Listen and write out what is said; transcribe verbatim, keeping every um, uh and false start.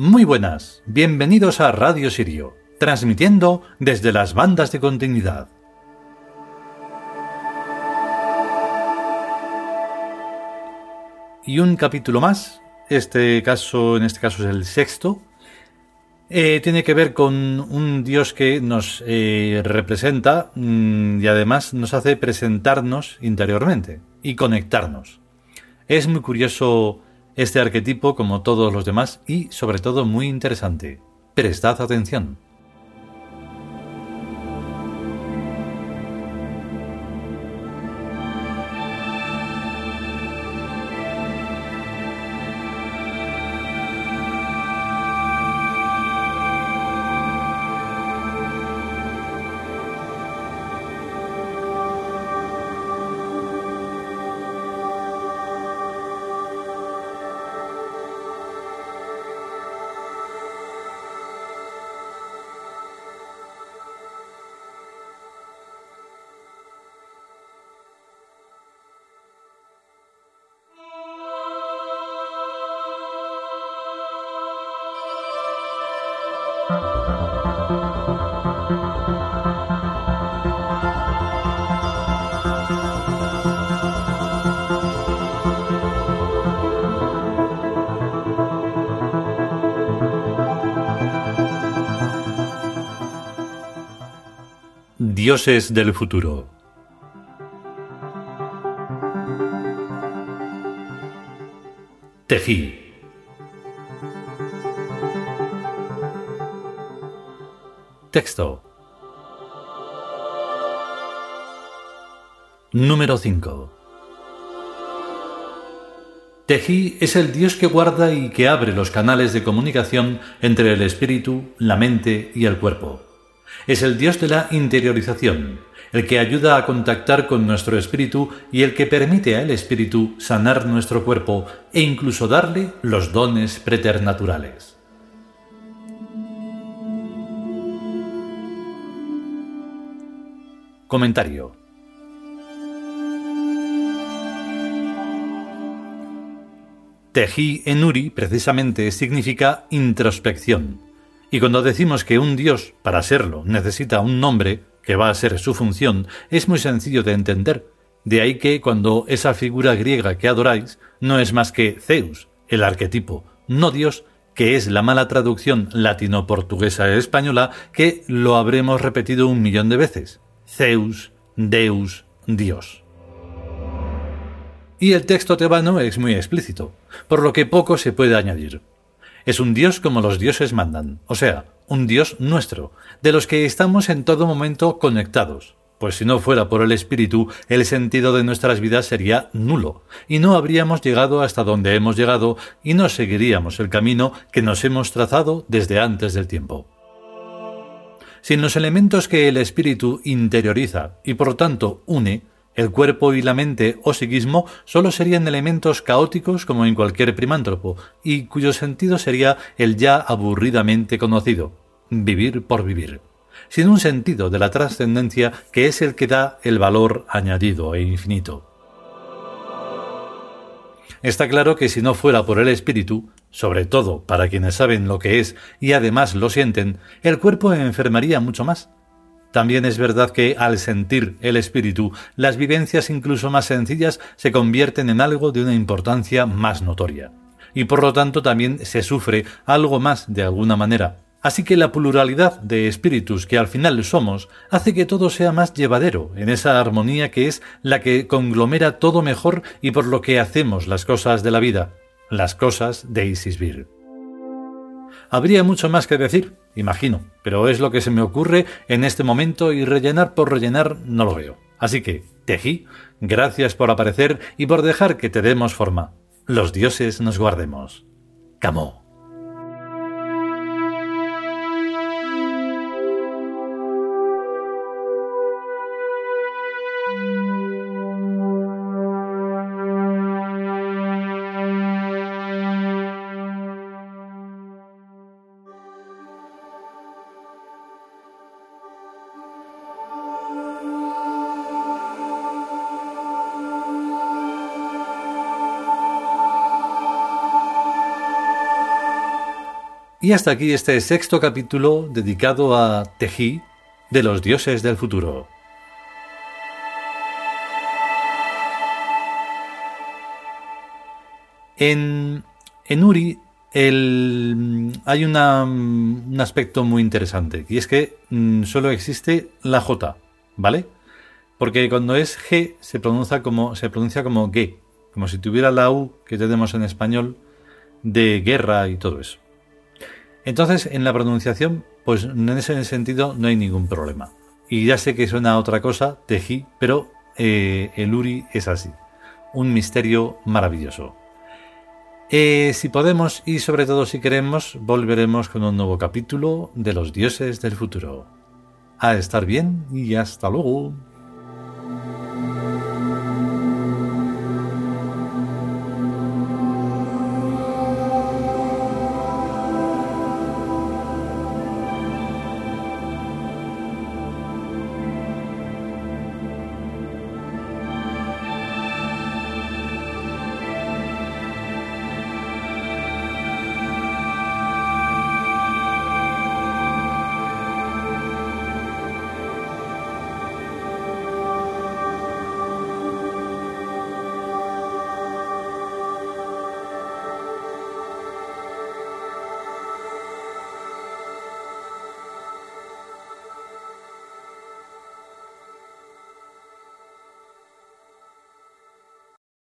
Muy buenas, bienvenidos a Radio Sirio, transmitiendo desde las bandas de continuidad. Y un capítulo más, este caso, en este caso es el sexto, eh, tiene que ver con un Dios que nos eh, representa mmm, y además nos hace presentarnos interiormente y conectarnos. Es muy curioso este arquetipo como todos los demás y sobre todo muy interesante. Prestad atención. Dioses del futuro. Tejí. Texto. Número cinco. Tejí es el Dios que guarda y que abre los canales de comunicación entre el espíritu, la mente y el cuerpo. Es el Dios de la interiorización, el que ayuda a contactar con nuestro espíritu y el que permite al espíritu sanar nuestro cuerpo e incluso darle los dones preternaturales. Comentario. Tejí en Uri precisamente significa introspección. Y cuando decimos que un Dios, para serlo, necesita un nombre, que va a ser su función, es muy sencillo de entender. De ahí que cuando esa figura griega que adoráis no es más que Zeus, el arquetipo, no Dios, que es la mala traducción latino-portuguesa-española que lo habremos repetido un millón de veces. Zeus, Deus, Dios. Y el texto tebano es muy explícito, por lo que poco se puede añadir. Es un Dios como los dioses mandan, o sea, un Dios nuestro, de los que estamos en todo momento conectados, pues si no fuera por el espíritu, el sentido de nuestras vidas sería nulo, y no habríamos llegado hasta donde hemos llegado y no seguiríamos el camino que nos hemos trazado desde antes del tiempo. Sin los elementos que el espíritu interioriza y por tanto une, el cuerpo y la mente o psiquismo solo serían elementos caóticos como en cualquier primántropo, y cuyo sentido sería el ya aburridamente conocido, vivir por vivir, sin un sentido de la trascendencia que es el que da el valor añadido e infinito. Está claro que si no fuera por el espíritu, sobre todo para quienes saben lo que es y además lo sienten, el cuerpo enfermaría mucho más. También es verdad que, al sentir el espíritu, las vivencias incluso más sencillas se convierten en algo de una importancia más notoria. Y por lo tanto también se sufre algo más de alguna manera. Así que la pluralidad de espíritus que al final somos hace que todo sea más llevadero en esa armonía que es la que conglomera todo mejor y por lo que hacemos las cosas de la vida, las cosas de Isisbir. Habría mucho más que decir, imagino, pero es lo que se me ocurre en este momento y rellenar por rellenar no lo veo. Así que, Tejí, gracias por aparecer y por dejar que te demos forma. Los dioses nos guardemos. Camó. Y hasta aquí este sexto capítulo dedicado a Teji de los dioses del futuro. En, en Uri el, hay una, un aspecto muy interesante, y es que mm, solo existe la J, ¿vale? Porque cuando es G se pronuncia como, se pronuncia como G, como si tuviera la U que tenemos en español de guerra y todo eso. Entonces, en la pronunciación, pues en ese sentido no hay ningún problema. Y ya sé que suena a otra cosa, Teji, pero eh, el Uri es así. Un misterio maravilloso. Eh, si podemos y sobre todo si queremos, volveremos con un nuevo capítulo de los dioses del futuro. A estar bien y hasta luego.